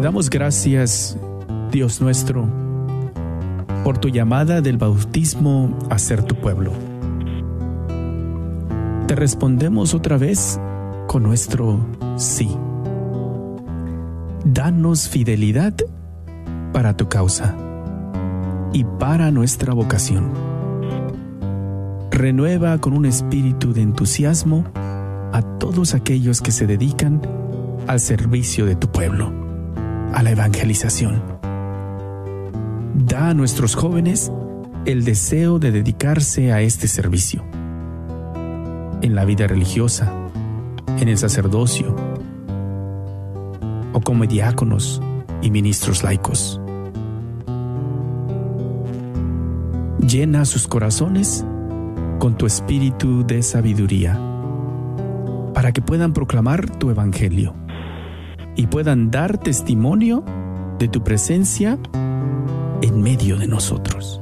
damos gracias, Dios nuestro, por tu llamada del bautismo a ser tu pueblo. Te respondemos otra vez con nuestro sí. Danos fidelidad para tu causa y para nuestra vocación. Renueva con un espíritu de entusiasmo a todos aquellos que se dedican al servicio de tu pueblo, a la evangelización. Da a nuestros jóvenes el deseo de dedicarse a este servicio, en la vida religiosa, en el sacerdocio, o como diáconos y ministros laicos. Llena sus corazones con tu espíritu de sabiduría, para que puedan proclamar tu evangelio y puedan dar testimonio de tu presencia en medio de nosotros.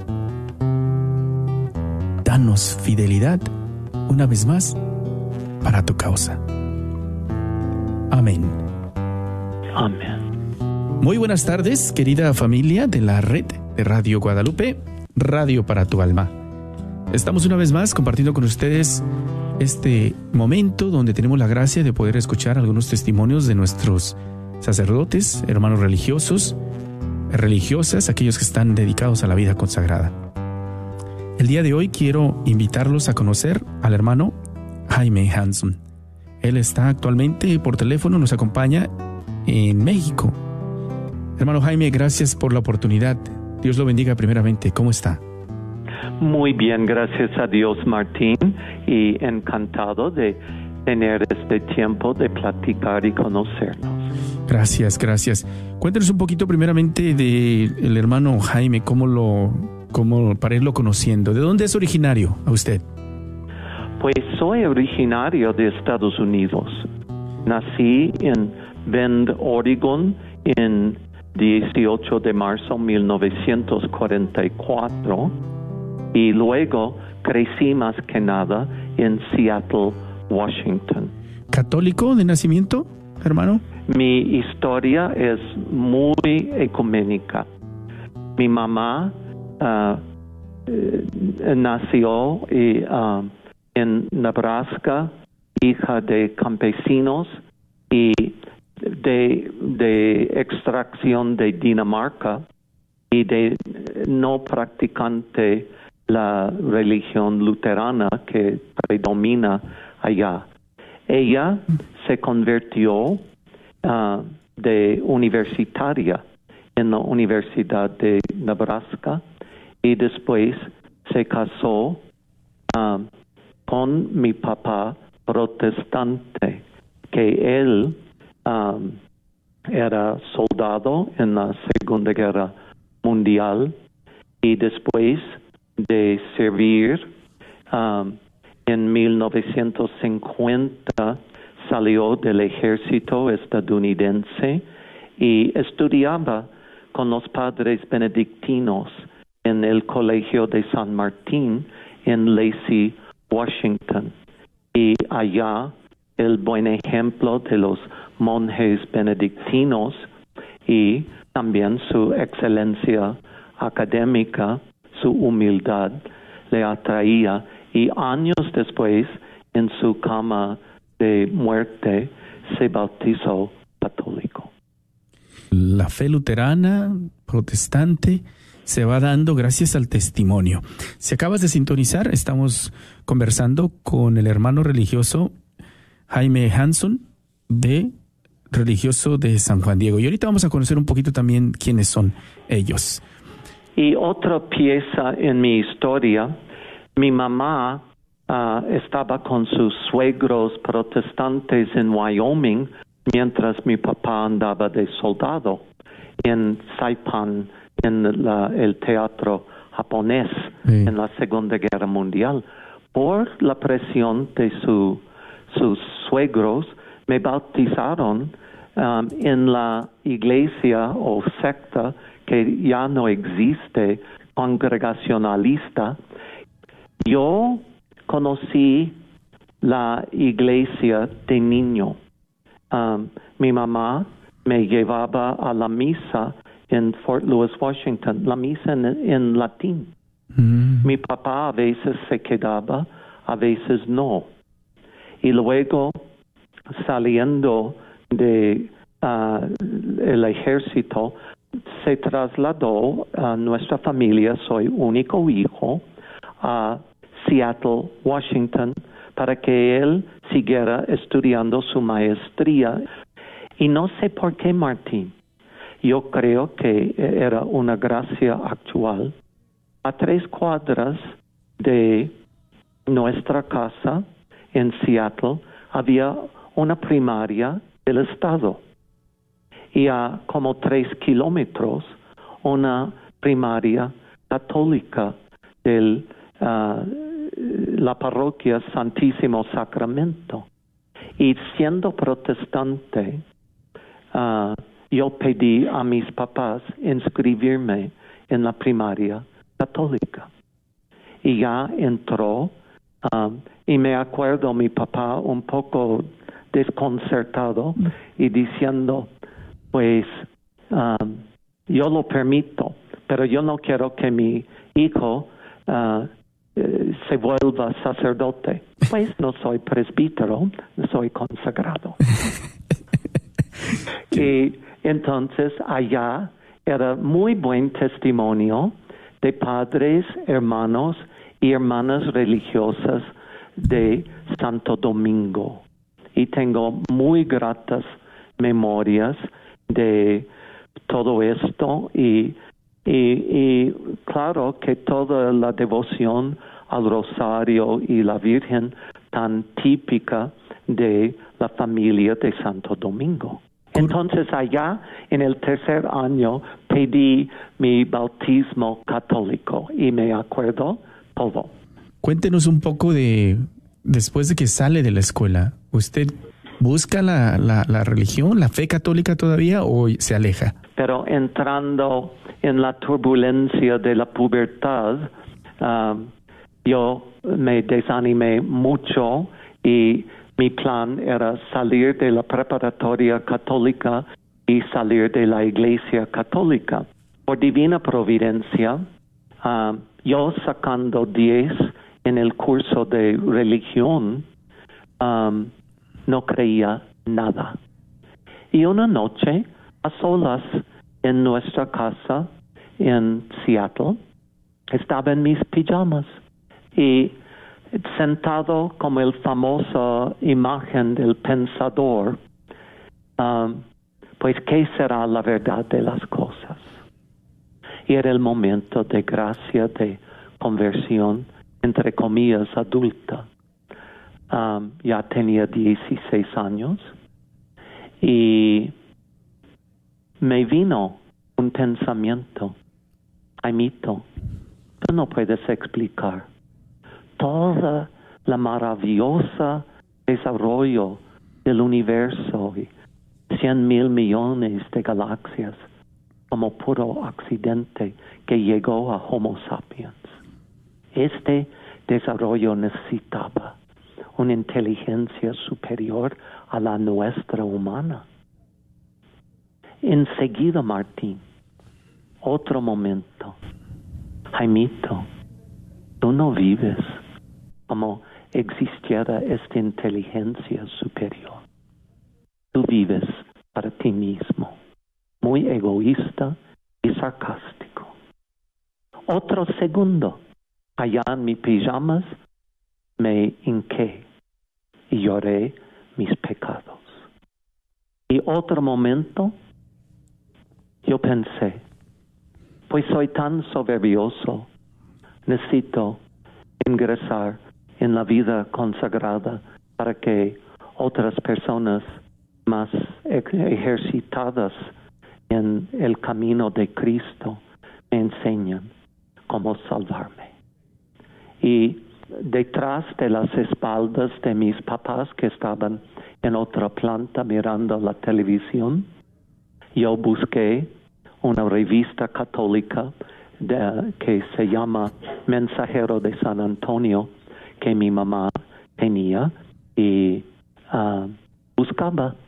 Danos fidelidad una vez más para tu causa. Amén. Amén. Muy buenas tardes, querida familia de la red de Radio Guadalupe, Radio para tu alma. Estamos una vez más compartiendo con ustedes este momento donde tenemos la gracia de poder escuchar algunos testimonios de nuestros sacerdotes, hermanos religiosos, religiosas, aquellos que están dedicados a la vida consagrada. El día de hoy quiero invitarlos a conocer al hermano Jaime Hanson. Él está actualmente por teléfono, nos acompaña en México. Hermano Jaime, gracias por la oportunidad. Dios lo bendiga primeramente. ¿Cómo está? Muy bien, gracias a Dios, Martín, y encantado de tener este tiempo de platicar y conocernos. Gracias. Cuéntenos un poquito primeramente del hermano Jaime, para irlo conociendo. ¿De dónde es originario a usted? Pues soy originario de Estados Unidos. Nací en Bend, Oregon, en 18 de marzo de 1944 y luego crecí más que nada en Seattle, Washington. ¿Católico de nacimiento, hermano? Mi historia es muy ecuménica. Mi mamá nació en Nebraska, hija de campesinos y de extracción de Dinamarca y de no practicante la religión luterana que predomina allá. Ella se convirtió de universitaria en la Universidad de Nebraska y después se casó con mi papá protestante, que él era soldado en la Segunda Guerra Mundial y después de servir en 1950 salió del ejército estadounidense y estudiaba con los padres benedictinos en el Colegio de San Martín en Lacey, Washington. Y allá el buen ejemplo de los monjes benedictinos y también su excelencia académica, su humildad le atraía, y años después, en su cama de muerte, se bautizó católico. La fe luterana, protestante, se va dando gracias al testimonio. Si acabas de sintonizar, estamos conversando con el hermano religioso Jaime Hanson, religioso de San Juan Diego. Y ahorita vamos a conocer un poquito también quiénes son ellos. Y otra pieza en mi historia, mi mamá estaba con sus suegros protestantes en Wyoming mientras mi papá andaba de soldado en Saipan, en el teatro japonés, en la Segunda Guerra Mundial. Por la presión de sus suegros, me bautizaron en la iglesia o secta que ya no existe, congregacionalista. Yo conocí la iglesia de niño. Mi mamá me llevaba a la misa en Fort Lewis, Washington, la misa en latín. Mi papá a veces se quedaba, a veces no. Y luego, saliendo de el ejército, se trasladó a nuestra familia, soy único hijo, a Seattle, Washington, para que él siguiera estudiando su maestría. Y no sé por qué, Martín, yo creo que era una gracia actual. A 3 cuadras de nuestra casa en Seattle había una primaria del estado y a como 3 kilómetros una primaria católica de la parroquia Santísimo Sacramento. Y siendo protestante, yo pedí a mis papás inscribirme en la primaria católica. Y ya entró, y me acuerdo mi papá un poco desconcertado y diciendo, pues yo lo permito, pero yo no quiero que mi hijo se vuelva sacerdote. Pues no soy presbítero, soy consagrado. Y entonces allá era muy buen testimonio de padres, hermanos y hermanas religiosas de Santo Domingo. Y tengo muy gratas memorias de todo esto y claro que toda la devoción al Rosario y la Virgen tan típica de la familia de Santo Domingo. Entonces allá en el 3er año pedí mi bautismo católico y me acuerdo todo. Cuéntenos un poco de, después de que sale de la escuela, ¿usted busca la religión, la fe católica todavía o se aleja? Pero entrando en la turbulencia de la pubertad, yo me desanimé mucho y mi plan era salir de la preparatoria católica y salir de la iglesia católica. Por divina providencia, yo sacando 10 en el curso de religión, no creía nada. Y una noche, a solas en nuestra casa en Seattle, estaba en mis pijamas y sentado como el famoso imagen del pensador, pues ¿qué será la verdad de las cosas? Y era el momento de gracia, de conversión, entre comillas, adulta. Ya tenía 16 años y me vino un pensamiento, Jaimito, tú no puedes explicar toda la maravillosa desarrollo del universo y 100,000 millones de galaxias como puro accidente que llegó a Homo sapiens. Este desarrollo necesitaba una inteligencia superior a la nuestra humana. Enseguida, Martín, otro momento. Jaimito, tú no vives como existiera esta inteligencia superior. Tú vives para ti mismo, muy egoísta y sarcástico. Otro segundo, allá en mis pijamas, me hinqué y lloré mis pecados. Y otro momento, yo pensé, pues soy tan soberbioso, necesito ingresar en la vida consagrada para que otras personas más ejercitadas en el camino de Cristo me enseñan cómo salvarme. Y detrás de las espaldas de mis papás que estaban en otra planta mirando la televisión, yo busqué una revista católica que se llama Mensajero de San Antonio, que mi mamá tenía, y buscaba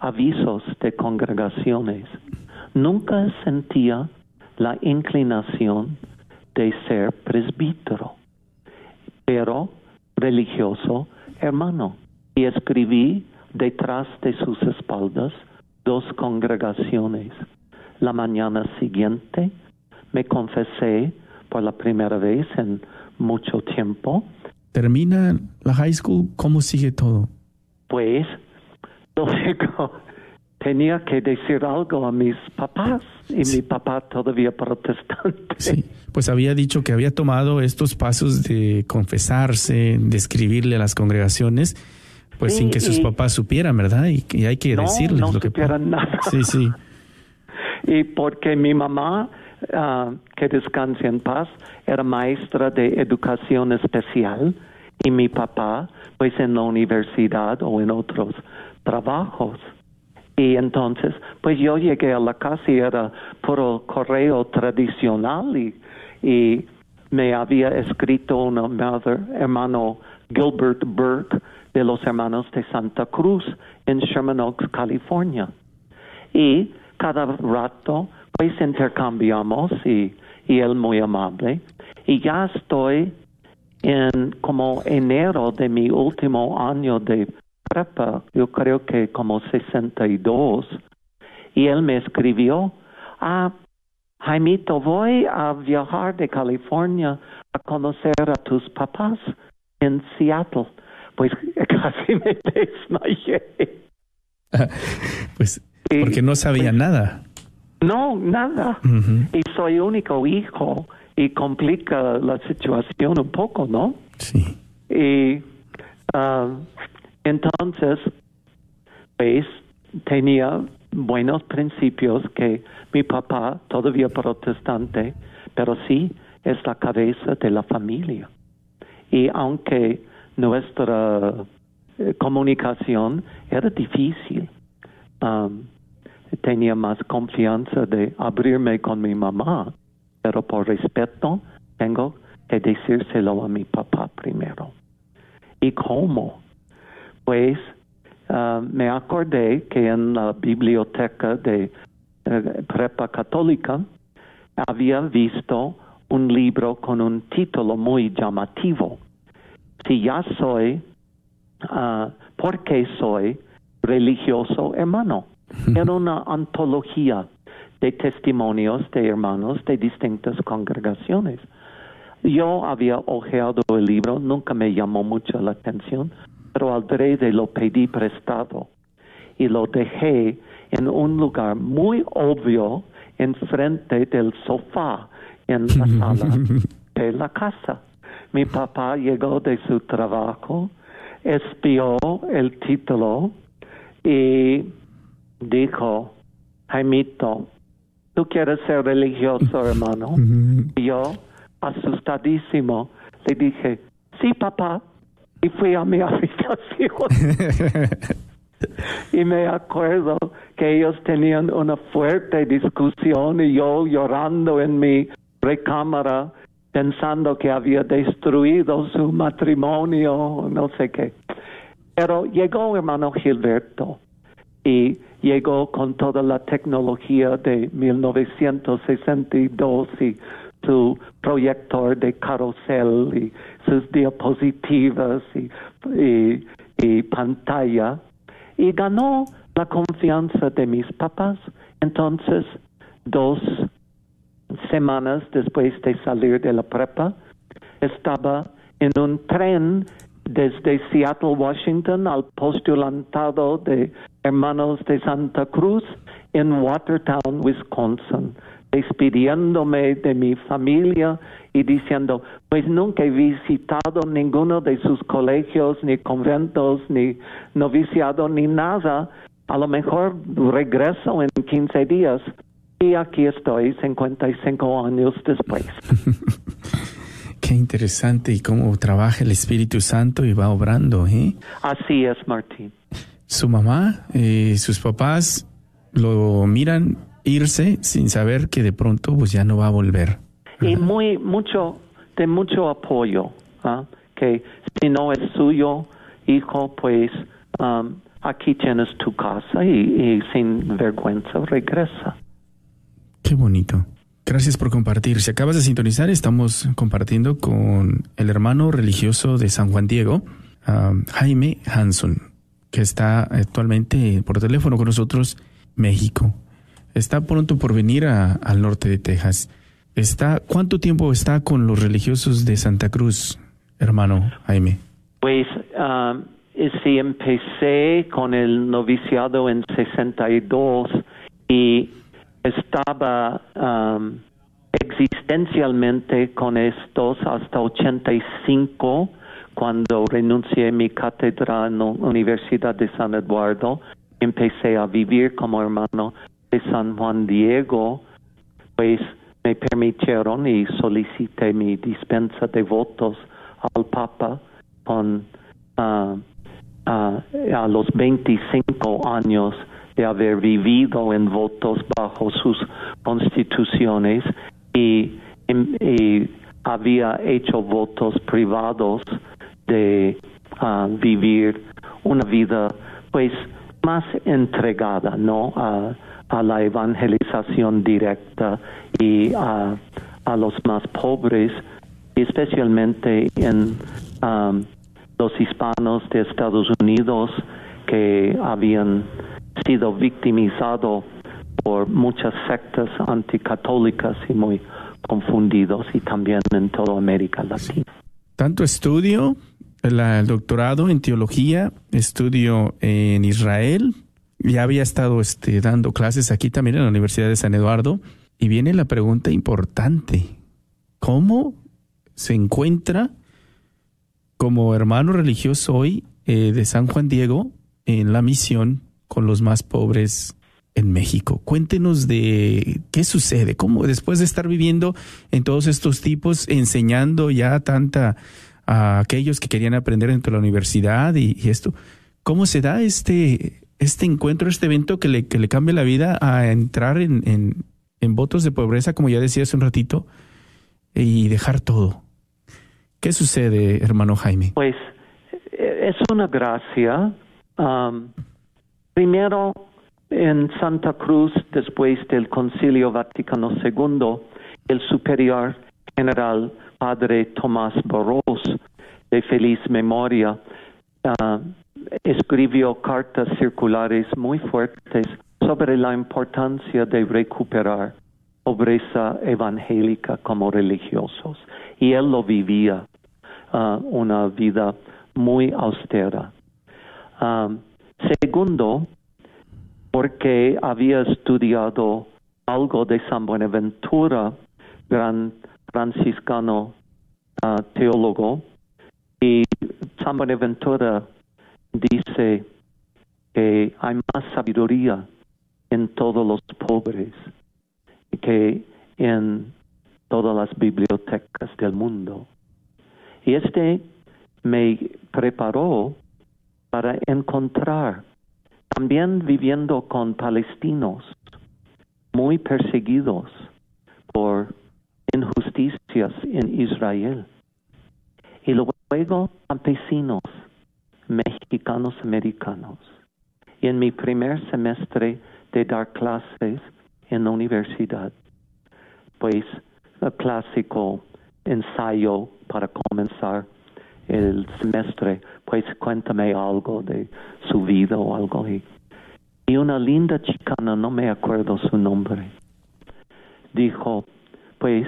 avisos de congregaciones. Nunca sentía la inclinación de ser presbítero, pero religioso hermano. Y escribí detrás de sus espaldas 2 congregaciones. La mañana siguiente me confesé por la primera vez en mucho tiempo. Termina la high school, ¿cómo sigue todo? Pues luego tenía que decir algo a mis papás y mi papá todavía protestante. Sí, pues había dicho que había tomado estos pasos de confesarse, de escribirle a las congregaciones, pues sin que sus papás supieran, ¿verdad? Y hay que decirles no lo que supieran nada. Sí. Y porque mi mamá, que descanse en paz, era maestra de educación especial y mi papá, pues en la universidad o en otros trabajos. Y entonces, pues yo llegué a la casa y era puro correo tradicional y me había escrito un hermano Gilbert Burke de los Hermanos de Santa Cruz en Sherman Oaks, California. Y cada rato, pues intercambiamos y él muy amable. Y ya estoy en como enero de mi último año de prepa, yo creo que como 62, y él me escribió, Jaimito, voy a viajar de California a conocer a tus papás en Seattle. Pues casi me desmayé. Pues porque no sabía nada. No, nada. Uh-huh. Y soy único hijo y complica la situación un poco, ¿no? Sí. Y entonces, pues, tenía buenos principios que mi papá, todavía protestante, pero sí es la cabeza de la familia. Y aunque nuestra comunicación era difícil, tenía más confianza de abrirme con mi mamá, pero por respeto tengo que decírselo a mi papá primero. ¿Y cómo? Pues me acordé que en la biblioteca de Prepa Católica había visto un libro con un título muy llamativo. Si ya soy, ¿por qué soy religioso hermano? Era una antología de testimonios de hermanos de distintas congregaciones. Yo había hojeado el libro, nunca me llamó mucho la atención, pero adrede lo pedí prestado y lo dejé en un lugar muy obvio enfrente del sofá en la sala de la casa. Mi papá llegó de su trabajo, espió el título y dijo, Jaimito, ¿tú quieres ser religioso, hermano? Y yo, asustadísimo, le dije, sí, papá. Y fui a mi habitación. Y me acuerdo que ellos tenían una fuerte discusión y yo llorando en mi recámara, pensando que había destruido su matrimonio, no sé qué. Pero llegó hermano Gilberto y llegó con toda la tecnología de 1962 y su proyector de carrusel y sus diapositivas y pantalla, y ganó la confianza de mis papás. Entonces, 2 semanas después de salir de la prepa, estaba en un tren desde Seattle, Washington, al postulantado de Hermanos de Santa Cruz en Watertown, Wisconsin, despidiéndome de mi familia y diciendo, pues nunca he visitado ninguno de sus colegios, ni conventos, ni noviciado, ni nada. A lo mejor regreso en 15 días. Y aquí estoy, 55 años después. Qué interesante y cómo trabaja el Espíritu Santo y va obrando, ¿eh? Así es, Martín. Su mamá, sus papás lo miran irse sin saber que de pronto pues ya no va a volver. Y mucho apoyo, que si no es suyo hijo, pues aquí tienes tu casa y sin vergüenza regresa. Qué bonito. Gracias por compartir. Si acabas de sintonizar, estamos compartiendo con el hermano religioso de San Juan Diego, Jaime Hanson, que está actualmente por teléfono con nosotros, México. Está pronto por venir al norte de Texas. ¿Cuánto tiempo está con los religiosos de Santa Cruz, hermano Jaime? Pues sí, empecé con el noviciado en 62 y estaba existencialmente con estos hasta 85, cuando renuncié a mi cátedra en la Universidad de San Eduardo. Empecé a vivir como hermano de San Juan Diego, pues me permitieron y solicité mi dispensa de votos al Papa a los 25 años de haber vivido en votos bajo sus constituciones y había hecho votos privados de vivir una vida pues más entregada, ¿no? A la evangelización directa y a los más pobres, especialmente en los hispanos de Estados Unidos que habían sido victimizados por muchas sectas anticatólicas y muy confundidos, y también en toda América Latina. Tanto estudio, el doctorado en teología, estudio en Israel, ya había estado dando clases aquí también en la Universidad de San Eduardo, y viene la pregunta importante: ¿cómo se encuentra como hermano religioso hoy de San Juan Diego en la misión con los más pobres en México? Cuéntenos de qué sucede, cómo después de estar viviendo en todos estos tipos, enseñando ya a aquellos que querían aprender dentro de la universidad y esto, ¿cómo se da este encuentro, este evento que le cambia la vida a entrar en votos de pobreza, como ya decía hace un ratito, y dejar todo? ¿Qué sucede, hermano Jaime? Pues es una gracia. Primero, en Santa Cruz, después del Concilio Vaticano II, el superior general Padre Tomás Barros, de feliz memoria, escribió cartas circulares muy fuertes sobre la importancia de recuperar pobreza evangélica como religiosos. Y él lo vivía, una vida muy austera. Segundo, porque había estudiado algo de San Buenaventura, gran franciscano teólogo, y San Buenaventura dice que hay más sabiduría en todos los pobres que en todas las bibliotecas del mundo. Y me preparó para encontrar, también viviendo con palestinos muy perseguidos por injusticias en Israel, y luego campesinos mexicanos americanos. Y en mi primer semestre de dar clases en la universidad, pues el clásico ensayo para comenzar el semestre, pues cuéntame algo de su vida o algo. Y una linda chicana, no me acuerdo su nombre, dijo, pues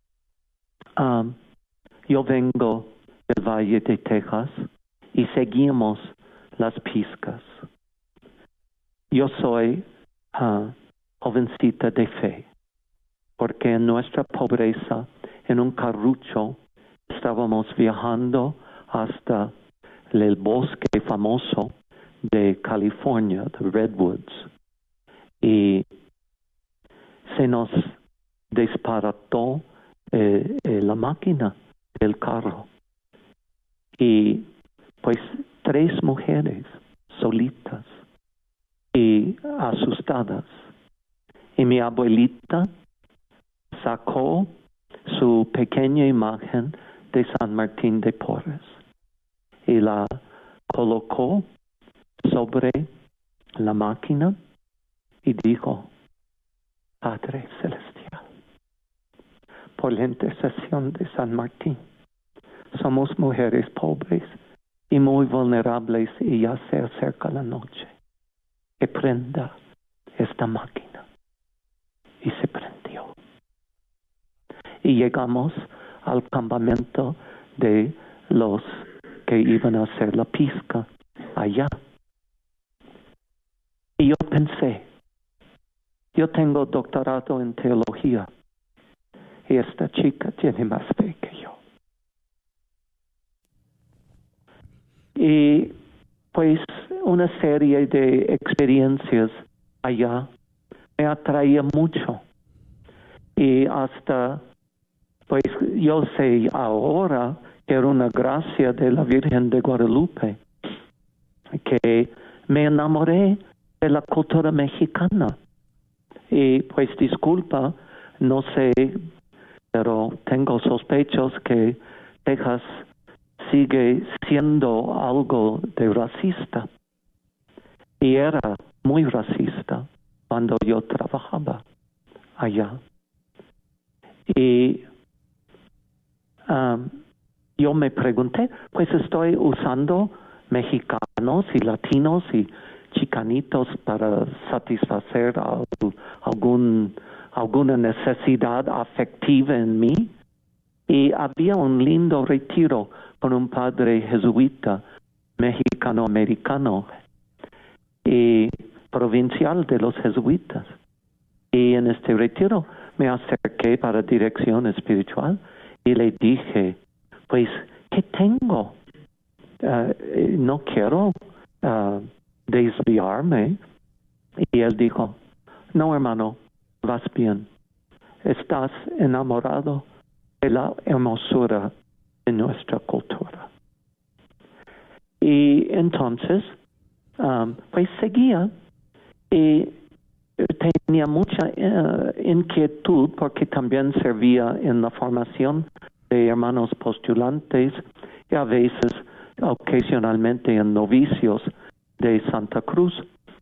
yo vengo del Valle de Texas y seguimos las pizcas. Yo soy jovencita de fe, porque en nuestra pobreza, en un carrucho, estábamos viajando hasta el bosque famoso de California, de Redwoods, y se nos desbarató la máquina del carro. Y pues 3 mujeres solitas y asustadas. Y mi abuelita sacó su pequeña imagen de San Martín de Porres y la colocó sobre la máquina y dijo: Padre Celestial, por la intercesión de San Martín, somos mujeres pobres y muy vulnerables y ya se acerca la noche. Que prenda esta máquina. Y se prendió. Y llegamos al campamento de los que iban a hacer la pizca allá. Y yo pensé, yo tengo doctorado en teología y esta chica tiene más fe que yo. Y pues una serie de experiencias allá me atraía mucho. Y hasta, pues yo sé ahora que era una gracia de la Virgen de Guadalupe, que me enamoré de la cultura mexicana. Y pues disculpa, no sé, pero tengo sospechos que Texas sigue siendo algo de racista. Y era muy racista cuando yo trabajaba allá. Y yo me pregunté, pues estoy usando mexicanos y latinos y chicanitos para satisfacer alguna necesidad afectiva en mí. Y había un lindo retiro con un padre jesuita mexicano-americano y provincial de los jesuitas. Y en este retiro me acerqué para dirección espiritual y le dije, pues, ¿qué tengo? No quiero desviarme. Y él dijo, no, hermano, vas bien. Estás enamorado de la hermosura de nuestra cultura. Y entonces, pues seguía y tenía mucha inquietud porque también servía en la formación de hermanos postulantes y a veces, ocasionalmente, en novicios de Santa Cruz.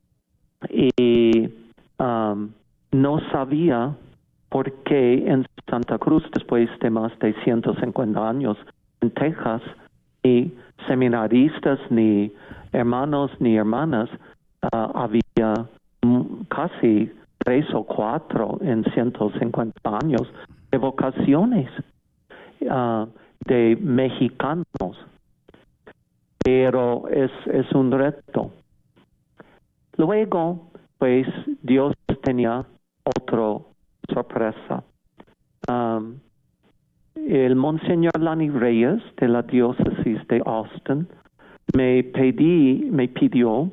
Y no sabía por qué en Santa Cruz, después de más de 150 años en Texas, ni seminaristas, ni hermanos, ni hermanas, había casi 3 o 4 en 150 años de vocaciones de mexicanos. Pero es un reto. Luego, pues, Dios tenía otra sorpresa. El Monseñor Lani Reyes de la diócesis de Austin me pidió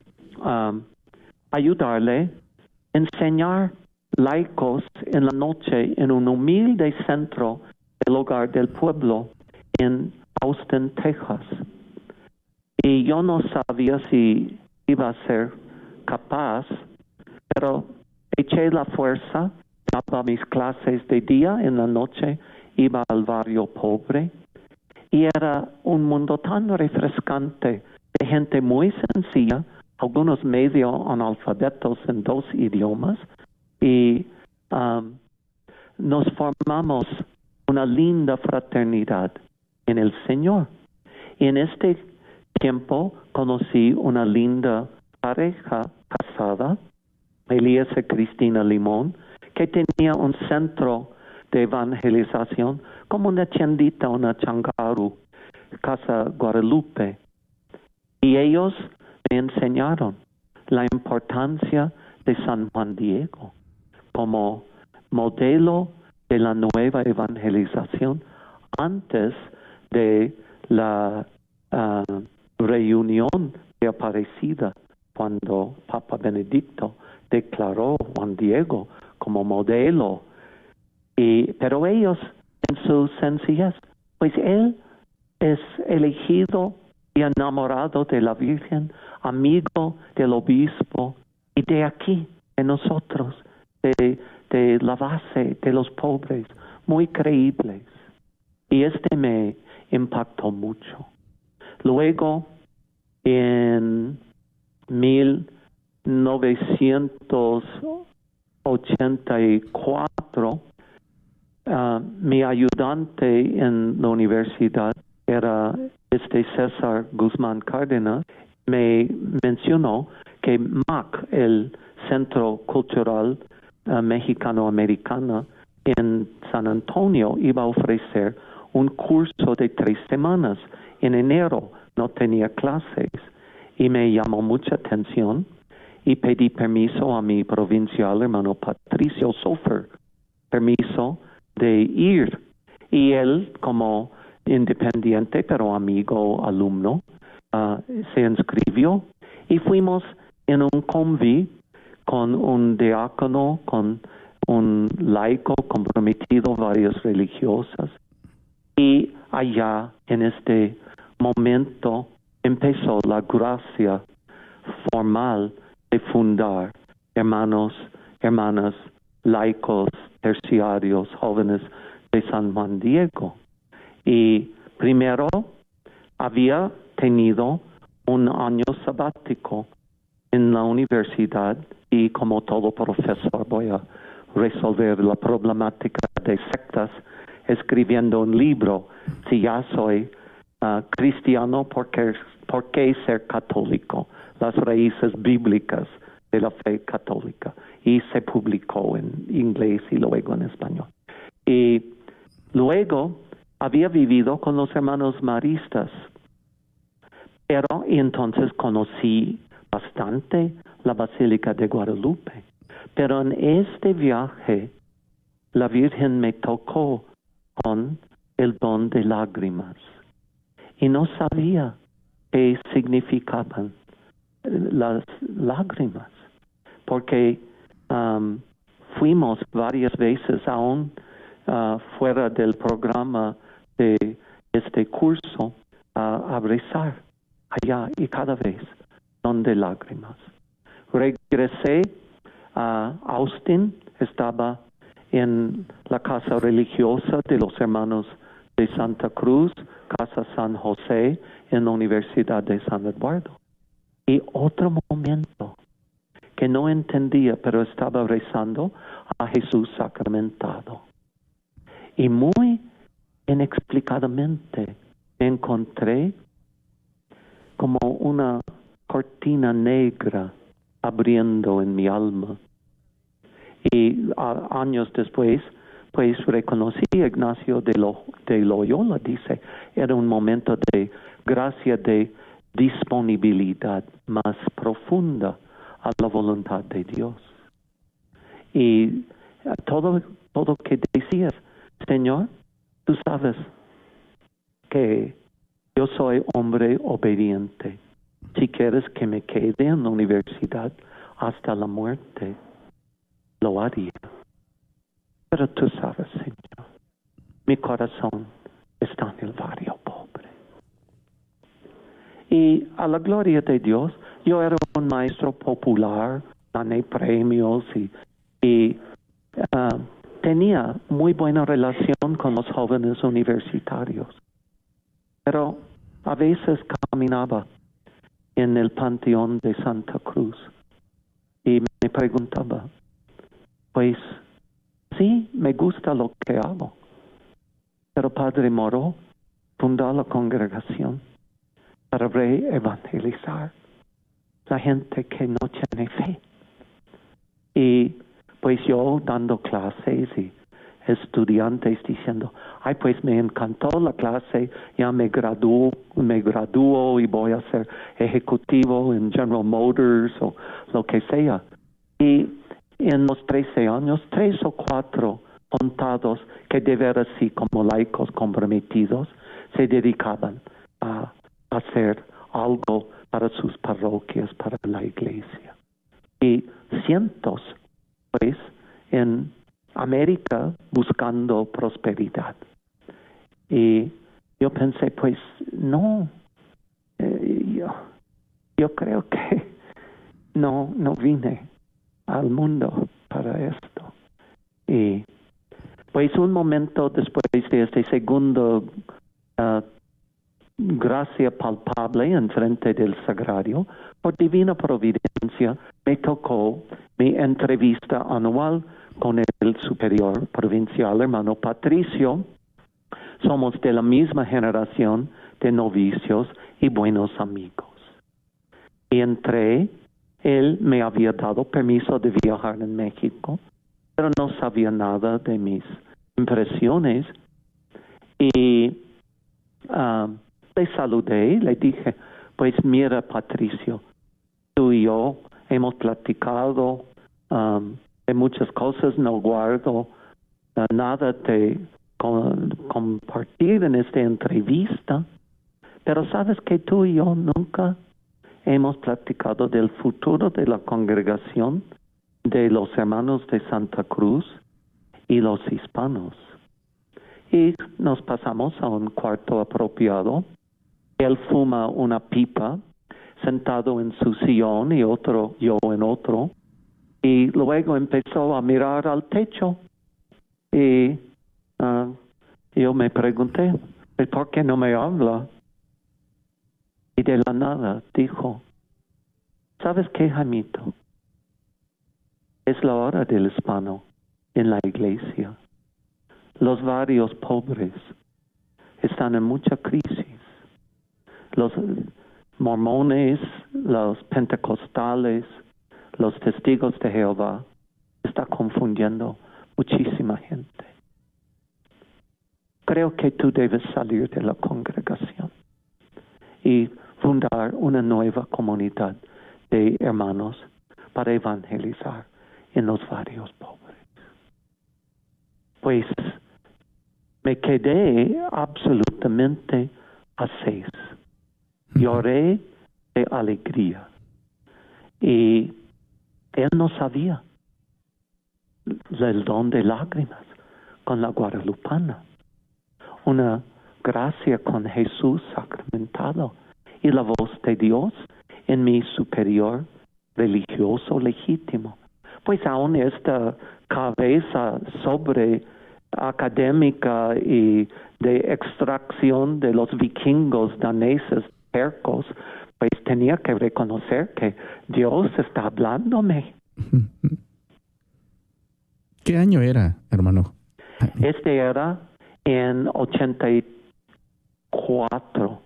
ayudarle a enseñar laicos en la noche en un humilde centro del hogar del pueblo en Austin, Texas. Y yo no sabía si iba a ser capaz, pero eché la fuerza, daba mis clases de día, en la noche iba al barrio pobre, y era un mundo tan refrescante de gente muy sencilla, algunos medio analfabetos en 2 idiomas, y nos formamos una linda fraternidad en el Señor. Y en este tiempo conocí una linda pareja casada, Elías y Cristina Limón, que tenía un centro de evangelización como una tiendita, una changaru, Casa Guadalupe. Y ellos me enseñaron la importancia de San Juan Diego como modelo de la nueva evangelización antes de la reunión de Aparecida, cuando Papa Benedicto declaró Juan Diego como modelo. Pero ellos, en su sencillez, pues él es elegido y enamorado de la Virgen, amigo del obispo y de aquí, de nosotros, de la base, de los pobres, muy creíbles. Y me impactó mucho. Luego, en 1984, mi ayudante en la universidad era César Guzmán Cárdenas. Me mencionó que MAC, el Centro Cultural Mexicano-Americano en San Antonio, iba a ofrecer un curso de 3 semanas. En enero no tenía clases y me llamó mucha atención y pedí permiso a mi provincial hermano Patricio Sofer, permiso de ir. Y él, como independiente pero amigo alumno, se inscribió y fuimos en un convi con un diácono, con un laico comprometido, varias religiosas. Y allá, en este momento, empezó la gracia formal de fundar hermanos, hermanas, laicos, terciarios, jóvenes de San Juan Diego. Y primero había tenido un año sabático en la universidad y como todo profesor voy a resolver la problemática de sectas escribiendo un libro. Si ya soy cristiano, ¿por qué ser católico? Las raíces bíblicas de la fe católica. Y se publicó en inglés y luego en español. Y luego había vivido con los hermanos maristas, pero entonces conocí bastante la Basílica de Guadalupe. Pero en este viaje, la Virgen me tocó con el don de lágrimas. Y no sabía qué significaban las lágrimas, porque fuimos varias veces aún fuera del programa de este curso a rezar allá y cada vez don de lágrimas. Regresé a Austin, estaba en la casa religiosa de los hermanos de Santa Cruz, Casa San José, en la Universidad de San Eduardo. Y otro momento que no entendía, pero estaba rezando a Jesús sacramentado. Y muy inexplicadamente me encontré como una cortina negra abriendo en mi alma. Y años después, pues reconocí a Ignacio de Loyola, dice, era un momento de gracia, de disponibilidad más profunda a la voluntad de Dios. Y todo que decías, Señor, tú sabes que yo soy hombre obediente. Si quieres que me quede en la universidad hasta la muerte, lo haría. Pero tú sabes, Señor, mi corazón está en el barrio pobre. Y a la gloria de Dios, yo era un maestro popular, gané premios y tenía muy buena relación con los jóvenes universitarios. Pero a veces caminaba en el panteón de Santa Cruz y me preguntaba, pues sí, me gusta lo que hago, pero Padre Moro fundó la congregación para reevangelizar la gente que no tiene fe. Y pues yo dando clases y estudiantes diciendo, ay, pues me encantó la clase, ya me gradúo y voy a ser ejecutivo en General Motors o lo que sea. Y en los 13 años, 3 o 4 contados que de veras sí como laicos comprometidos se dedicaban a hacer algo para sus parroquias, para la iglesia. Y cientos, pues, en América buscando prosperidad. Y yo pensé, pues, no, yo creo que no vine al mundo para esto. Y pues un momento después de este segundo gracia palpable en frente del sagrario, por divina providencia, me tocó mi entrevista anual con el superior provincial, hermano Patricio. Somos de la misma generación de novicios y buenos amigos. Y entré, él me había dado permiso de viajar en México, pero no sabía nada de mis impresiones. Y le saludé, le dije, pues mira Patricio, tú y yo hemos platicado de muchas cosas, no guardo nada de compartir en esta entrevista, pero sabes que tú y yo nunca hemos platicado del futuro de la congregación de los hermanos de Santa Cruz y los hispanos. Y nos pasamos a un cuarto apropiado. Él fuma una pipa sentado en su sillón y yo en otro. Y luego empezó a mirar al techo. Y yo me pregunté, ¿por qué no me habla? Y de la nada dijo, ¿sabes qué, Jaimito? Es la hora del hispano en la iglesia. Los barrios pobres están en mucha crisis. Los mormones, los pentecostales, los testigos de Jehová, está confundiendo muchísima gente. Creo que tú debes salir de la congregación y fundar una nueva comunidad de hermanos para evangelizar en los barrios pobres. Pues me quedé absolutamente a 6. Lloré de alegría. Y él no sabía el don de lágrimas con la guadalupana. Una gracia con Jesús sacramentado y la voz de Dios en mi superior religioso legítimo. Pues aún esta cabeza sobre académica y de extracción de los vikingos daneses tercos, pues tenía que reconocer que Dios está hablándome. ¿Qué año era, hermano? Este era en 84,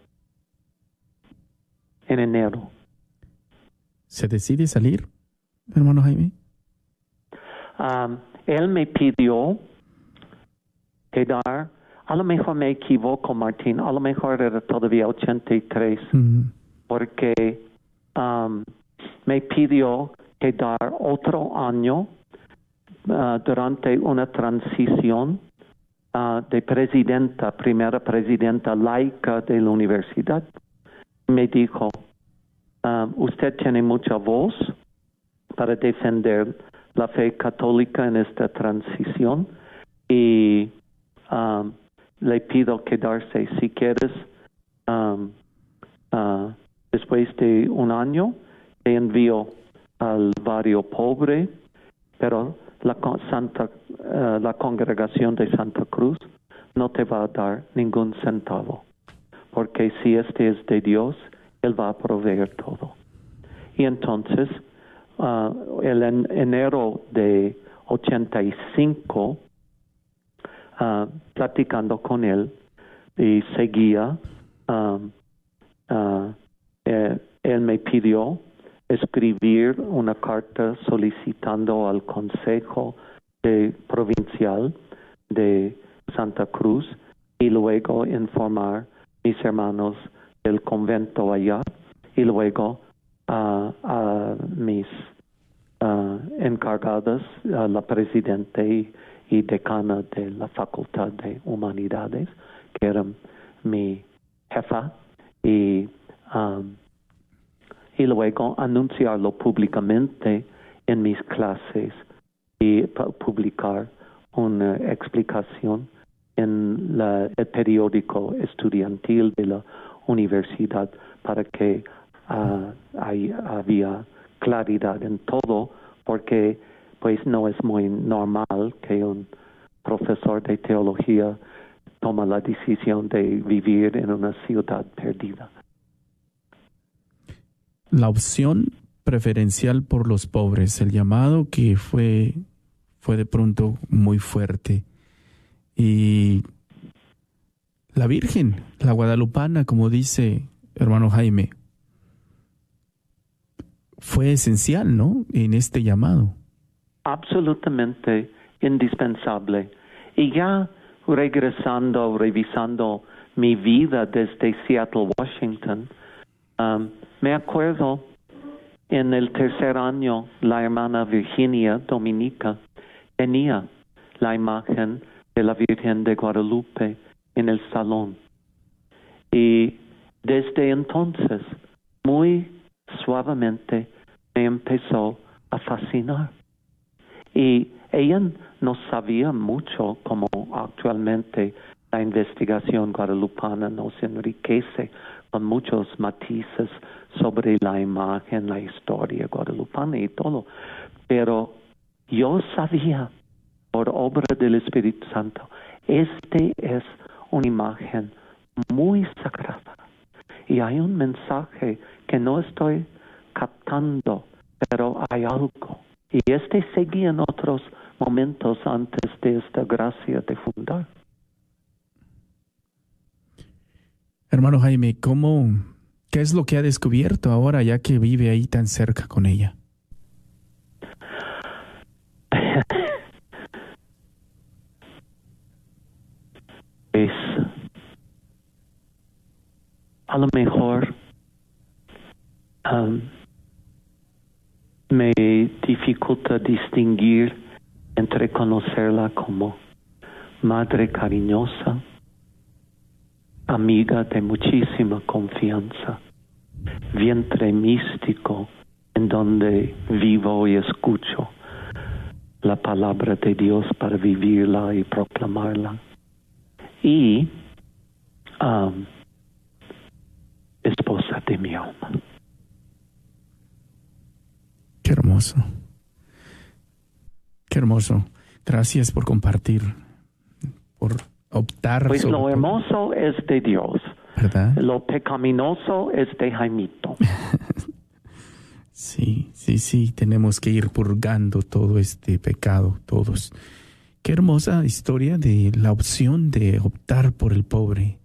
en enero. ¿Se decide salir, hermano Jaime? Él me pidió quedar, a lo mejor me equivoco, Martín, a lo mejor era todavía 83, porque me pidió quedar otro año durante una transición de primera presidenta laica de la universidad. Me dijo, usted tiene mucha voz para defender la fe católica en esta transición y le pido quedarse. Si quieres, después de un año, te envío al barrio pobre, pero la congregación de Santa Cruz no te va a dar ningún centavo, porque si este es de Dios, Él va a proveer todo. Y entonces, en enero de 85, platicando con él, y seguía, él me pidió escribir una carta solicitando al Consejo Provincial de Santa Cruz y luego informar mis hermanos del convento allá y luego a mis encargadas, a la presidenta y decana de la Facultad de Humanidades, que era mi jefa, y luego anunciarlo públicamente en mis clases y publicar una explicación en el periódico estudiantil de la universidad para que había claridad en todo, porque pues no es muy normal que un profesor de teología toma la decisión de vivir en una ciudad perdida. La opción preferencial por los pobres, el llamado que fue de pronto muy fuerte. Y la Virgen, la guadalupana, como dice hermano Jaime, fue esencial, ¿no?, en este llamado. Absolutamente indispensable. Y ya revisando mi vida desde Seattle, Washington, me acuerdo en el tercer año la hermana Virginia Dominica tenía la imagen de la Virgen de Guadalupe en el salón. Y desde entonces, muy suavemente, me empezó a fascinar. Y ella no sabía mucho como actualmente la investigación guadalupana nos enriquece con muchos matices sobre la imagen, la historia guadalupana y todo. Pero yo sabía, por obra del Espíritu Santo, este es una imagen muy sagrada. Y hay un mensaje que no estoy captando, pero hay algo. Y seguía en otros momentos antes de esta gracia de fundar. Hermano Jaime, ¿qué es lo que ha descubierto ahora ya que vive ahí tan cerca con ella? Pues, a lo mejor me dificulta distinguir entre conocerla como madre cariñosa, amiga de muchísima confianza, vientre místico en donde vivo y escucho la palabra de Dios para vivirla y proclamarla, y esposa de mi alma. Qué hermoso. Qué hermoso. Gracias por compartir, por optar. Pues lo hermoso es de Dios, ¿verdad? Lo pecaminoso es de Jaimito. Sí, tenemos que ir purgando todo este pecado, todos. Qué hermosa historia de la opción de optar por el pobre,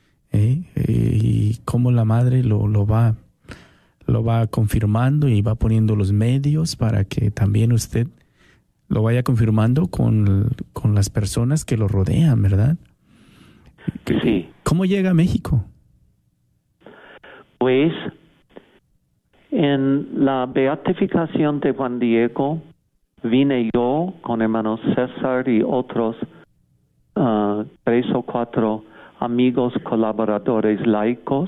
y cómo la madre lo va confirmando y va poniendo los medios para que también usted lo vaya confirmando con las personas que lo rodean, ¿verdad? Sí. ¿Cómo llega a México? Pues en la beatificación de Juan Diego vine yo con hermano César y otros 3 o 4 amigos colaboradores laicos,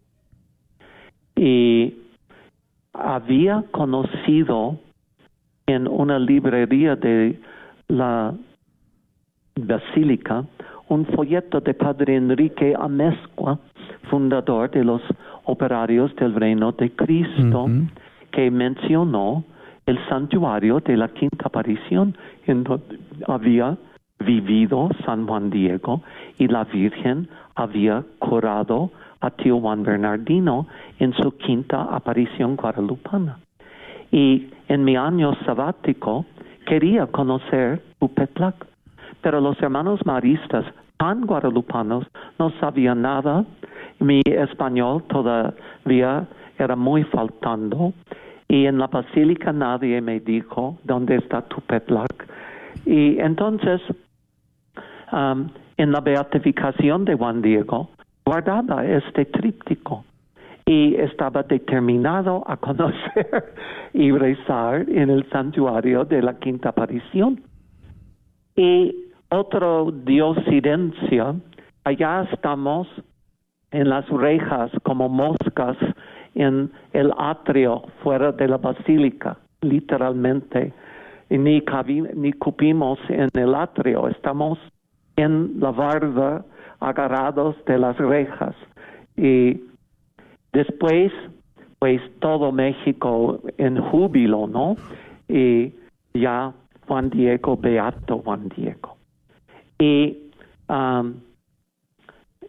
y había conocido en una librería de la Basílica un folleto de Padre Enrique Amezcua, fundador de los Operarios del Reino de Cristo, que mencionó el santuario de la Quinta Aparición, en donde había vivido San Juan Diego y la Virgen había curado a tío Juan Bernardino en su quinta aparición guadalupana. Y en mi año sabático quería conocer Upetlac, pero los hermanos maristas tan guadalupanos no sabían nada. Mi español todavía era muy faltando, y en la basílica nadie me dijo dónde está Tupetlac. Y entonces en la beatificación de Juan Diego guardaba este tríptico y estaba determinado a conocer y rezar en el santuario de la Quinta Aparición. Y otro diosidencia, allá estamos en las rejas como moscas en el atrio fuera de la basílica, literalmente, y ni cupimos en el atrio, estamos en la barda agarrados de las rejas. Y después, pues todo México en júbilo, ¿no? Y ya Juan Diego, beato Juan Diego. Y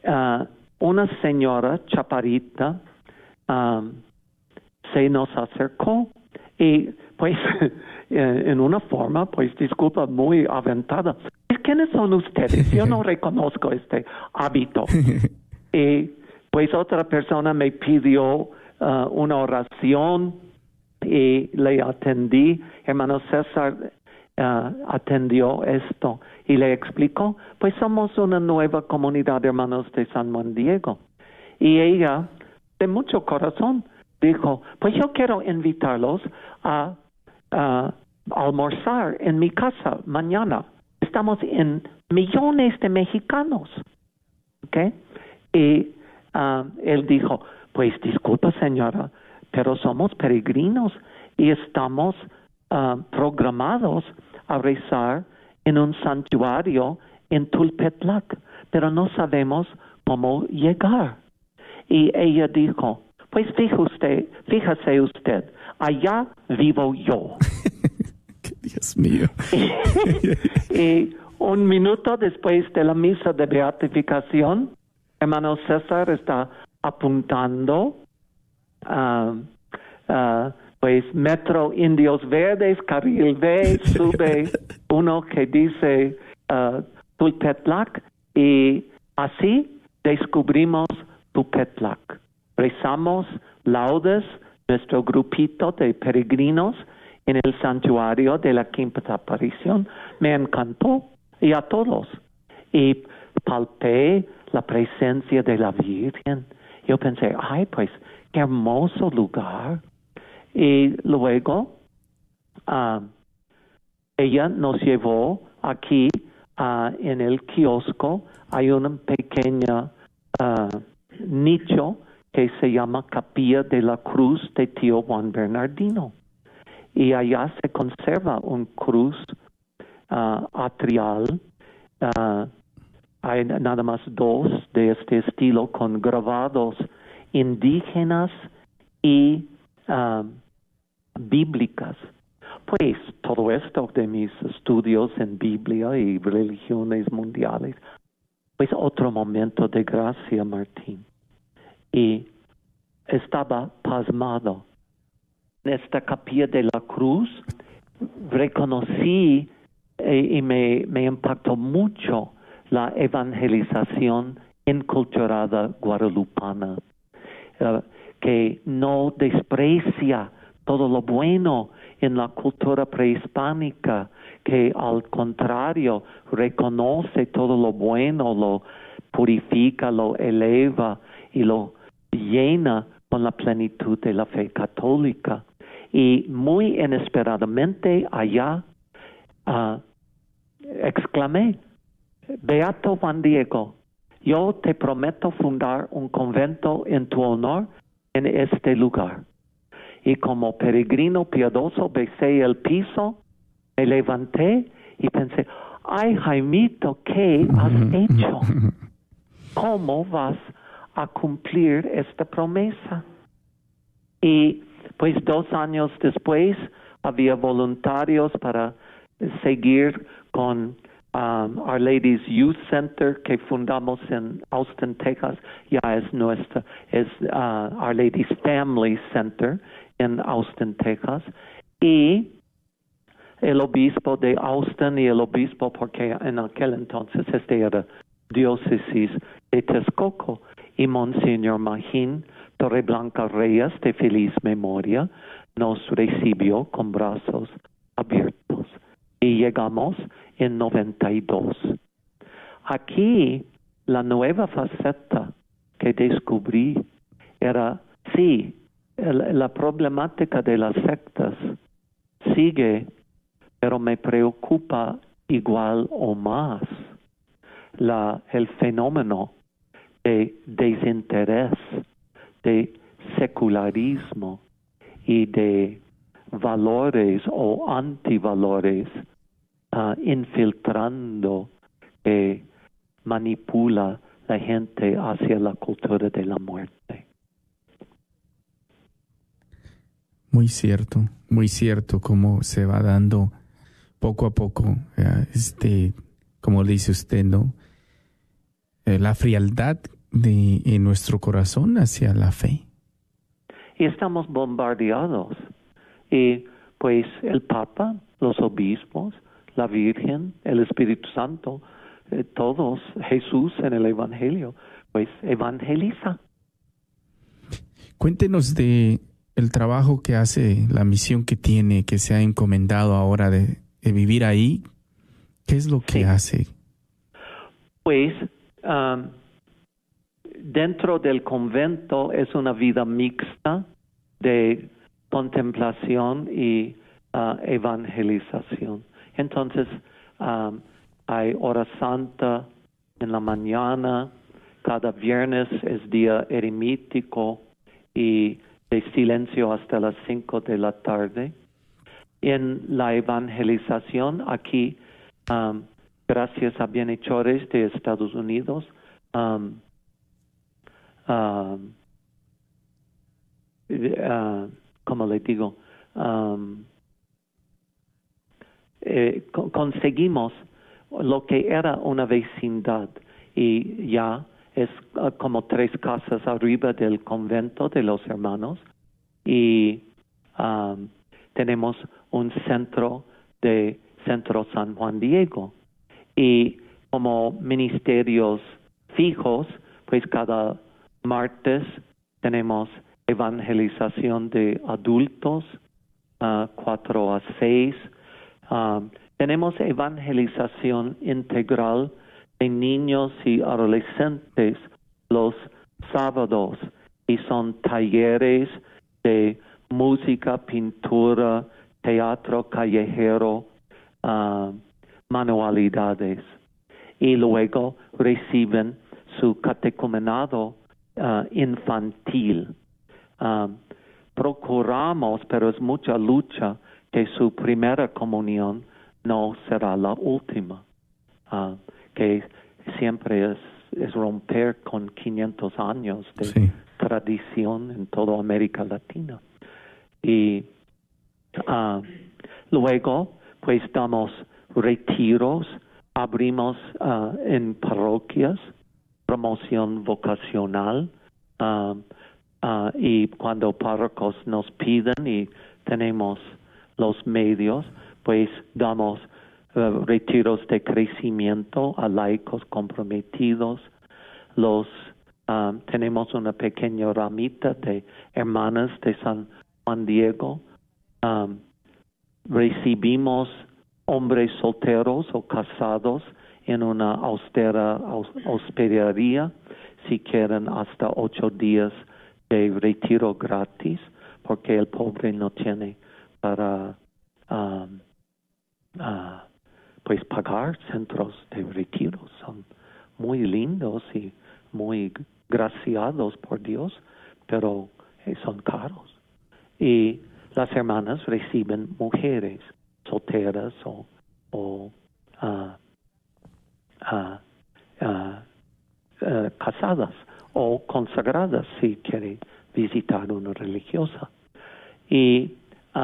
una señora chaparrita se nos acercó y pues en una forma, pues disculpa, muy aventada. ¿Quiénes son ustedes? Yo no reconozco este hábito. Y pues otra persona me pidió una oración y le atendí. Hermano César atendió esto y le explicó, pues somos una nueva comunidad de hermanos de San Juan Diego. Y ella, de mucho corazón, dijo, pues yo quiero invitarlos a almorzar en mi casa mañana. Estamos en millones de mexicanos. ¿Okay? Y él dijo, pues disculpa señora, pero somos peregrinos y estamos programados a rezar en un santuario en Tulpetlac, pero no sabemos cómo llegar. Y ella dijo, pues fíjese usted, allá vivo yo. Dios mío. Y un minuto después de la misa de beatificación, hermano César está apuntando pues Metro Indios Verdes, Carril B, sube uno que dice Tulpetlac y así descubrimos Tulpetlac. Rezamos laudes, nuestro grupito de peregrinos en el santuario de la quinta aparición. Me encantó y a todos. Y palpé la presencia de la Virgen. Yo pensé, ay, pues qué hermoso lugar. Y luego ella nos llevó aquí en el kiosco. Hay un pequeño nicho que se llama Capilla de la Cruz de Tío Juan Bernardino. Y allá se conserva un cruz atrial. Hay nada más 2 de este estilo con grabados indígenas y bíblicas. Pues todo esto de mis estudios en Biblia y religiones mundiales, pues otro momento de gracia, Martín. Y estaba pasmado. En esta capilla de la cruz reconocí y me impactó mucho la evangelización enculturada guadalupana, que no desprecia todo lo bueno en la cultura prehispánica, que al contrario reconoce todo lo bueno, lo purifica, lo eleva y lo llena con la plenitud de la fe católica. Y muy inesperadamente allá exclamé, Beato Juan Diego, yo te prometo fundar un convento en tu honor en este lugar. Y como peregrino piadoso besé el piso, me levanté y pensé, ay Jaimito, ¿qué has hecho? ¿Cómo vas a cumplir esta promesa? Y pues 2 años después había voluntarios para seguir con Our Lady's Youth Center que fundamos en Austin, Texas. Ya es Our Lady's Family Center en Austin, Texas. Y el obispo de Austin y el obispo, porque en aquel entonces era diócesis de Texcoco, y Monseñor Magín Torreblanca Reyes, de feliz memoria, nos recibió con brazos abiertos. Y llegamos en 92. Aquí, la nueva faceta que descubrí era, sí, la problemática de las sectas sigue, pero me preocupa igual o más el fenómeno de desinterés, de secularismo y de valores o antivalores infiltrando que manipula la gente hacia la cultura de la muerte. Muy cierto cómo se va dando poco a poco, como dice usted, ¿no? la frialdad en nuestro corazón hacia la fe. Y estamos bombardeados. Y pues el Papa, los obispos, la Virgen, el Espíritu Santo, todos, Jesús en el Evangelio, pues evangeliza. Cuéntenos de el trabajo que hace, la misión que tiene, que se ha encomendado ahora de vivir ahí. ¿Qué es lo que hace? Pues dentro del convento es una vida mixta de contemplación y evangelización. Entonces hay hora santa en la mañana, cada viernes es día eremítico y de silencio hasta las 5 de la tarde. En la evangelización aquí, gracias a bienhechores de Estados Unidos, como le digo, conseguimos lo que era una vecindad y ya es como 3 casas arriba del convento de los hermanos y tenemos un centro San Juan Diego y como ministerios fijos, pues cada martes tenemos evangelización de adultos, 4 a 6. Tenemos evangelización integral de niños y adolescentes los sábados y son talleres de música, pintura, teatro callejero, manualidades. Y luego reciben su catecumenado infantil. Procuramos, pero es mucha lucha, que su primera comunión no será la última, que siempre es romper con 500 años de tradición en toda América Latina. Y luego, pues damos retiros, abrimos en parroquias, promoción vocacional, y cuando párrocos nos piden y tenemos los medios, pues damos retiros de crecimiento a laicos comprometidos. Tenemos una pequeña ramita de hermanas de San Juan Diego. Recibimos hombres solteros o casados en una austera hospedería, si quieren hasta 8 días de retiro gratis, porque el pobre no tiene para pues pagar centros de retiro. Son muy lindos y muy graciados por Dios, pero son caros. Y las hermanas reciben mujeres solteras o casadas o consagradas si quiere visitar una religiosa. Y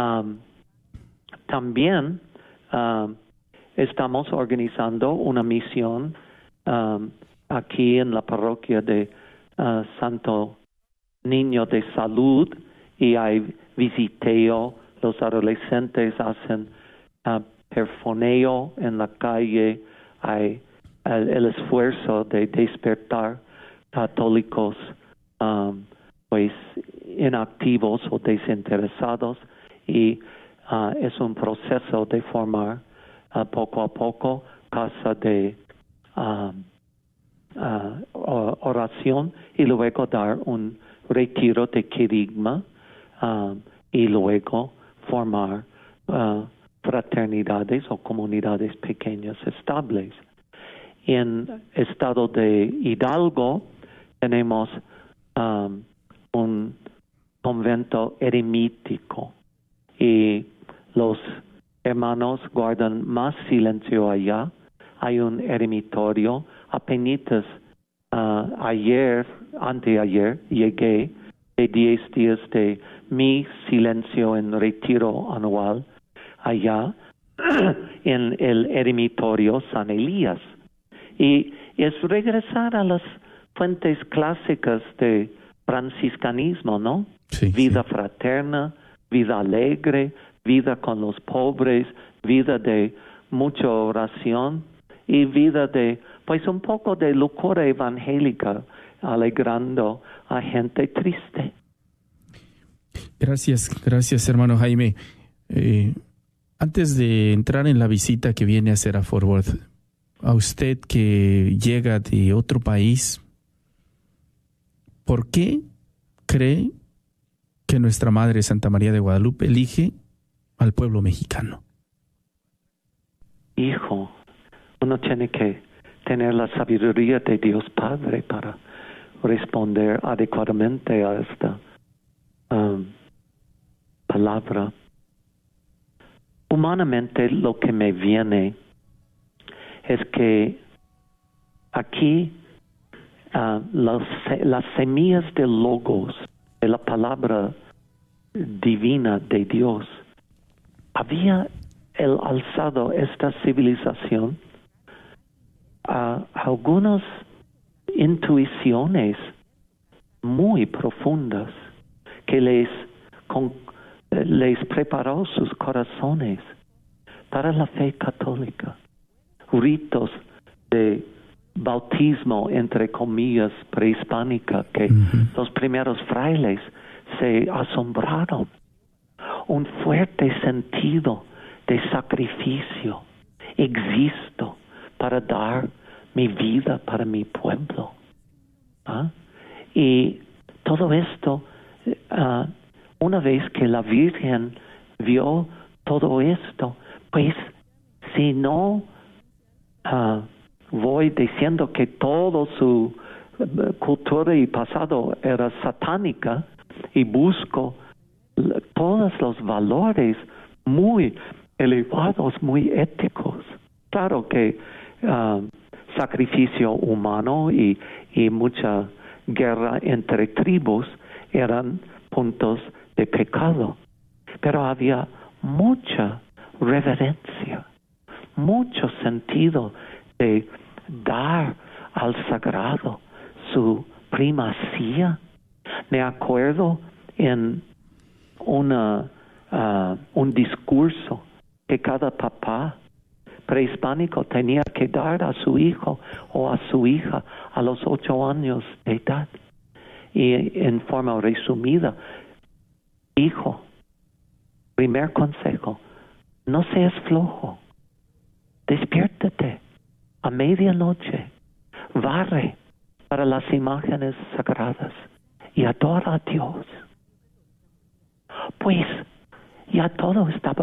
también estamos organizando una misión aquí en la parroquia de Santo Niño de Salud y hay visiteo, los adolescentes hacen perfoneo en la calle, hay el esfuerzo de despertar católicos pues inactivos o desinteresados y es un proceso de formar poco a poco casa de oración y luego dar un retiro de querigma y luego formar fraternidades o comunidades pequeñas estables. En estado de Hidalgo tenemos un convento eremítico y los hermanos guardan más silencio allá. Hay un eremitorio. Apenas anteayer llegué de 10 días de mi silencio en retiro anual allá en el eremitorio San Elías. Y es regresar a las fuentes clásicas de franciscanismo, ¿no? Sí, Vida sí. fraterna, vida alegre, vida con los pobres, vida de mucha oración y vida de, pues un poco de locura evangélica, alegrando a gente triste. Gracias, hermano Jaime. Antes de entrar en la visita que viene a hacer a Fort Worth, a usted que llega de otro país, ¿por qué cree que nuestra Madre Santa María de Guadalupe elige al pueblo mexicano? Hijo, uno tiene que tener la sabiduría de Dios Padre para responder adecuadamente a esta palabra. Humanamente lo que me viene es que aquí las semillas del logos, de la palabra divina de Dios, había alzado esta civilización a algunas intuiciones muy profundas que les preparó sus corazones para la fe católica. Ritos de bautismo, entre comillas, prehispánica, que los primeros frailes se asombraron. Un fuerte sentido de sacrificio. Existo para dar mi vida para mi pueblo. Y todo esto, una vez que la Virgen vio todo esto, pues si no voy diciendo que toda su cultura y pasado era satánica, y busco todos los valores muy elevados, muy éticos. Claro que sacrificio humano y mucha guerra entre tribus eran puntos de pecado, pero había mucha reverencia, mucho sentido de dar al sagrado su primacía. Me acuerdo en un discurso que cada papá prehispánico tenía que dar a su hijo o a su hija a los 8 años de edad. Y en forma resumida, hijo, primer consejo, no seas flojo, despiértate a medianoche, barre para las imágenes sagradas y adora a Dios. Pues ya todo estaba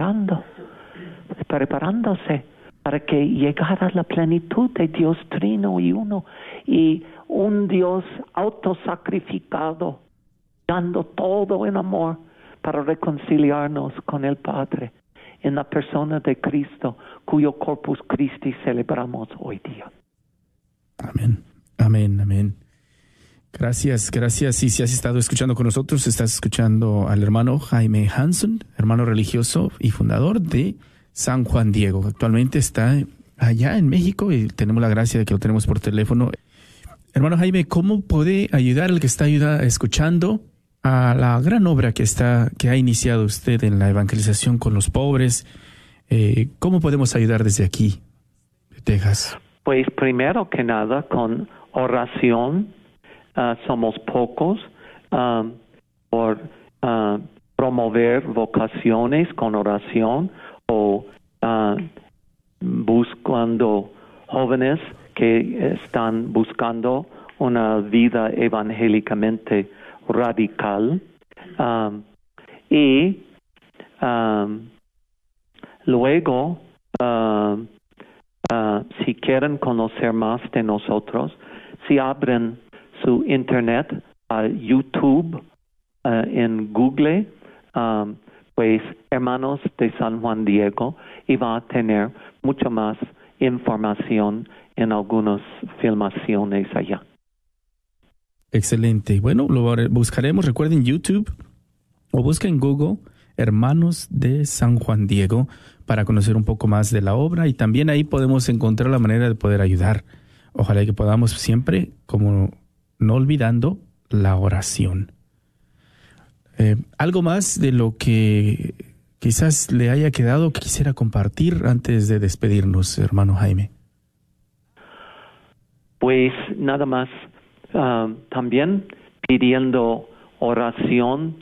preparándose para que llegara la plenitud de Dios Trino y Uno, y un Dios autosacrificado, dando todo en amor para reconciliarnos con el Padre en la persona de Cristo, cuyo Corpus Christi celebramos hoy día. Amén, amén, amén. Gracias. Y si has estado escuchando con nosotros, estás escuchando al hermano Jaime Hanson, hermano religioso y fundador de San Juan Diego. Actualmente está allá en México y tenemos la gracia de que lo tenemos por teléfono. Hermano Jaime, ¿cómo puede ayudar el que está escuchando a la gran obra que ha iniciado usted en la evangelización con los pobres? ¿Cómo podemos ayudar desde aquí, de Texas? Pues primero que nada con oración. Somos pocos por promover vocaciones con oración o buscando jóvenes que están buscando una vida evangélicamente radical. Y luego, si quieren conocer más de nosotros, si abren su internet a YouTube, en Google, pues Hermanos de San Juan Diego, y va a tener mucha más información en algunas filmaciones allá. Excelente. Bueno, lo buscaremos. Recuerden YouTube o busquen en Google Hermanos de San Juan Diego para conocer un poco más de la obra, y también ahí podemos encontrar la manera de poder ayudar. Ojalá que podamos siempre, como no olvidando, la oración. ¿Algo más de lo que quizás le haya quedado que quisiera compartir antes de despedirnos, hermano Jaime? Pues nada más, también pidiendo oración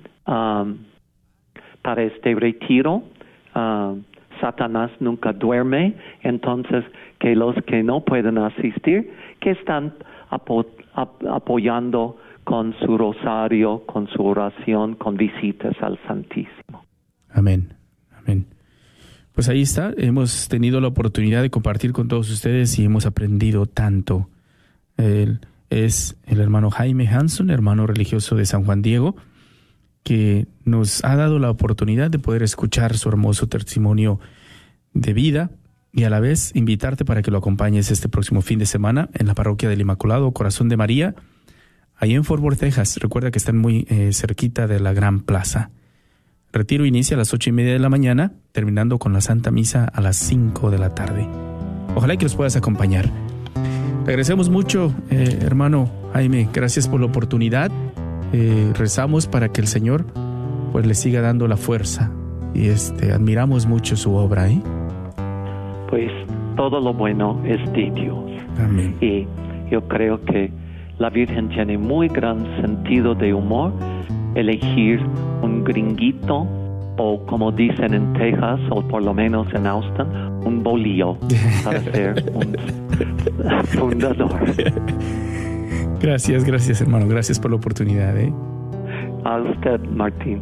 para este retiro. Satanás nunca duerme, entonces que los que no pueden asistir, que están apoyando con su rosario, con su oración, con visitas al Santísimo. Amén, amén. Pues ahí está, hemos tenido la oportunidad de compartir con todos ustedes y hemos aprendido tanto. Él es el hermano Jaime Hanson, hermano religioso de San Juan Diego, que nos ha dado la oportunidad de poder escuchar su hermoso testimonio de vida y a la vez invitarte para que lo acompañes este próximo fin de semana en la parroquia del Inmaculado Corazón de María, ahí en Fort Worth, Texas. Recuerda que están muy cerquita de la Gran Plaza. Retiro inicia a las 8:30 de la mañana, terminando con la Santa Misa a las 5 de la tarde. Ojalá que los puedas acompañar. Le agradecemos mucho, hermano Jaime, gracias por la oportunidad. Rezamos para que el Señor pues le siga dando la fuerza y admiramos mucho su obra. Pues todo lo bueno es de Dios. Amén. Y yo creo que la Virgen tiene muy gran sentido de humor. Elegir un gringuito, o como dicen en Texas, o por lo menos en Austin, un bolillo para ser un fundador. Gracias, hermano. Gracias por la oportunidad. A usted, Martín.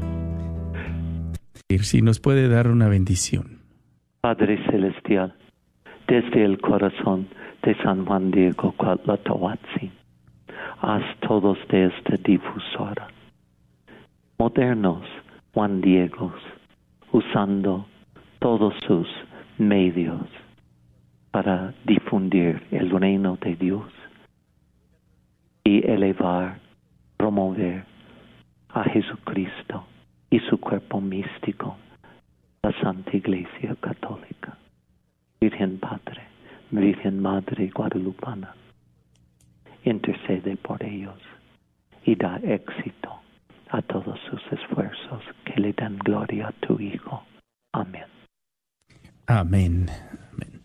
Si nos puede dar una bendición. Padre Celestial, desde el corazón de San Juan Diego Cuautlahuatzin, haz todos de esta difusora, modernos Juan Diegos, usando todos sus medios para difundir el reino de Dios y elevar, promover a Jesucristo y su cuerpo místico, la Santa Iglesia Católica. Virgen Padre, Virgen Madre Guadalupana, intercede por ellos y da éxito a todos sus esfuerzos, que le dan gloria a tu Hijo. Amén. Amén. Amén.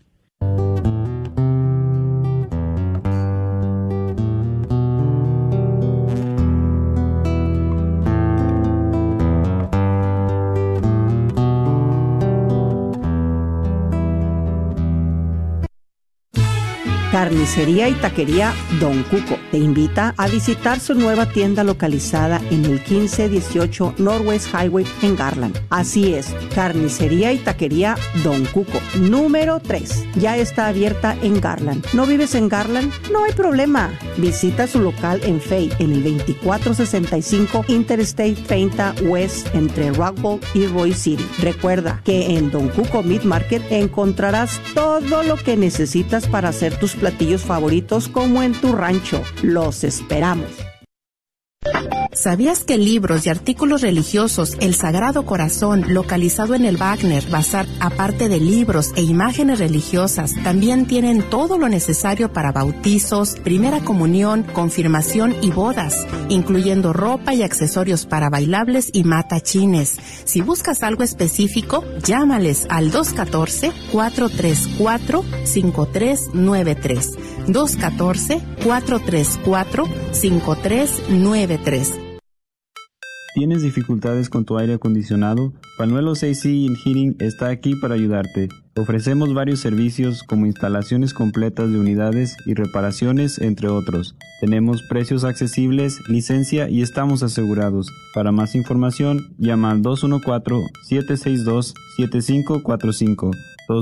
Carnicería y Taquería Don Cuco te invita a visitar su nueva tienda localizada en el 1518 Northwest Highway en Garland. Así es, Carnicería y Taquería Don Cuco, número 3. Ya está abierta en Garland. ¿No vives en Garland? No hay problema. Visita su local en Fay, en el 2465 Interstate 30 West entre Rockville y Roy City. Recuerda que en Don Cuco Meat Market encontrarás todo lo que necesitas para hacer tus platillos favoritos como en tu rancho. Los esperamos. ¿Sabías que libros y artículos religiosos El Sagrado Corazón, localizado en el Wagner Bazar, aparte de libros e imágenes religiosas, también tienen todo lo necesario para bautizos, primera comunión, confirmación y bodas, incluyendo ropa y accesorios para bailables y matachines? Si buscas algo específico, llámales al 214-434-5393. 214-434-5393. ¿Tienes dificultades con tu aire acondicionado? Panuelos AC and Heating está aquí para ayudarte. Ofrecemos varios servicios como instalaciones completas de unidades y reparaciones, entre otros. Tenemos precios accesibles, licencia y estamos asegurados. Para más información, llama al 214-762-7545.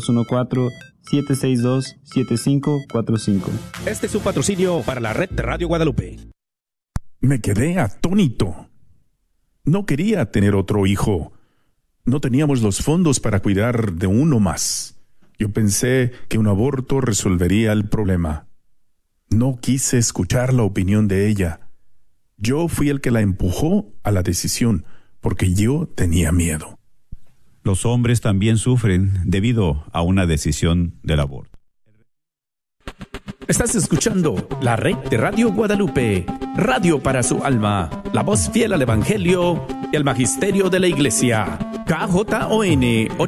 214-762-7545. Este es un patrocinio para la red de Radio Guadalupe. Me quedé atónito. No quería tener otro hijo. No teníamos los fondos para cuidar de uno más. Yo pensé que un aborto resolvería el problema. No quise escuchar la opinión de ella. Yo fui el que la empujó a la decisión, porque yo tenía miedo. los hombres también sufren debido a una decisión del aborto. Estás escuchando la red de Radio Guadalupe, radio para su alma, la voz fiel al Evangelio y al Magisterio de la Iglesia. KJON